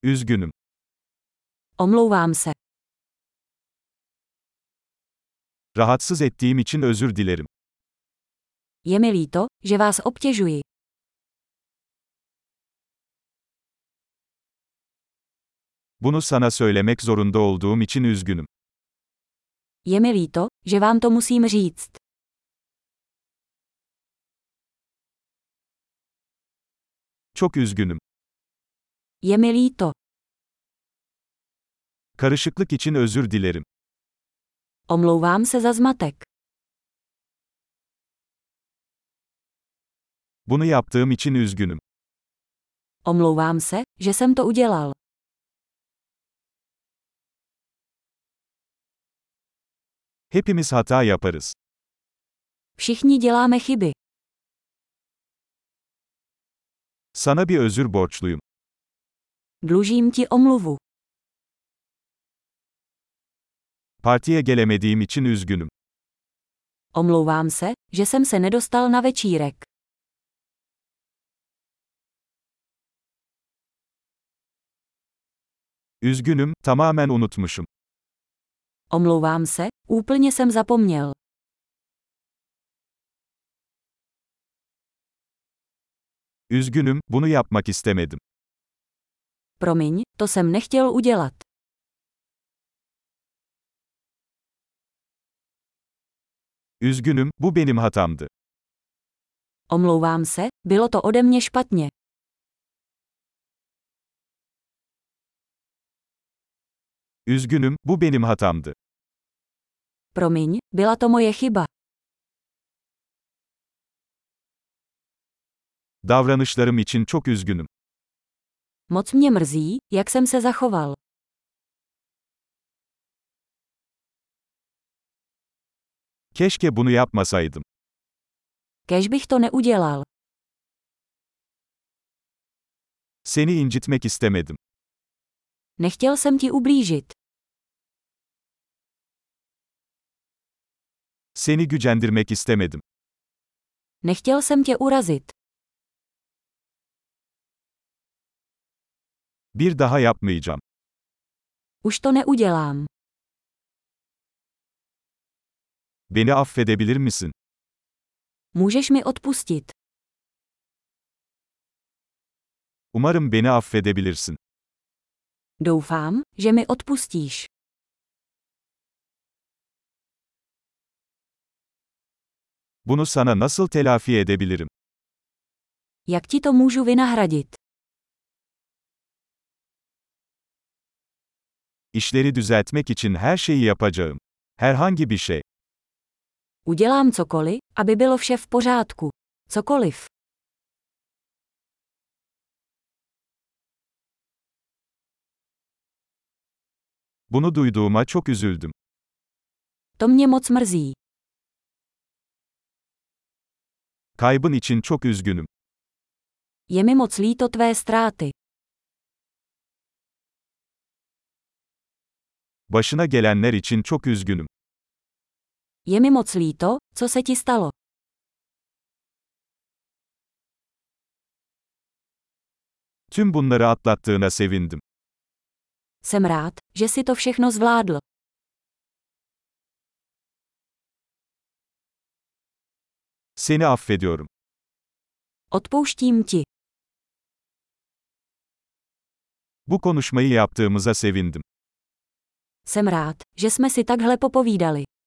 Üzgünüm. Omlouvám se. Rahatsız ettiğim için özür dilerim. Je mi líto, že vás obtěžuji. Bunu sana söylemek zorunda olduğum için üzgünüm. Je mi líto, že vám to musím říct. Çok üzgünüm. Je mi líto. Karışıklık için özür dilerim. Omlouvám se za zmatek. Bunu yaptığım için üzgünüm. Omlouvám se, že jsem to udělal. Hepimiz hata yaparız. Všichni děláme chyby. Sana bir özür borçluyum. Dlužím ti omluvu. Partiye gelemediğim için üzgünüm. Omlouvám se, že jsem se nedostal na večírek. Üzgünüm, tamamen unutmuşum. Omlouvám se, úplně jsem zapomněl. Üzgünüm, bunu yapmak istemedim. Promiň, to jsem nechtěl udělat. Üzgünüm, bu benim hatamdı. Omlouvám se, bylo to ode mě špatně. Üzgünüm, bu benim hatamdı. Promiň, byla to moje chyba. Davranışlarım için çok üzgünüm. Moc mě mrzí, jak jsem se zachoval. Keşke bunu yapmasaydım. Kéž bych to neudělal. Seni incitmek istemedim. Nechtěl jsem ti ublížit. Seni gücendirmek istemedim. Nechtěl jsem tě urazit. Bir daha yapmayacağım. Už to neudělám. Beni affedebilir misin? Můžeš mi odpustit. Umarım beni affedebilirsin. Doufám, že mi odpustíš. Bunu sana nasıl telafi edebilirim? Jak ti to můžu vynahradit? İşleri düzeltmek için her şeyi yapacağım. Herhangi bir şey. Udělám cokoliv, aby bylo vše v pořádku. Cokoliv. Bunu duyduğuma çok üzüldüm. To mě moc mrzí. Kaybın için çok üzgünüm. Je mi moc líto tvé ztráty. Başına gelenler için çok üzgünüm. Je mi moc líto, co se ti stalo. Tüm bunları atlattığına sevindim. Jsem rád, že si to všechno zvládl. Seni affediyorum. Odpouštím ti. Bu konuşmayı yaptığımıza sevindim. Jsem rád, že jsme si takhle popovídali.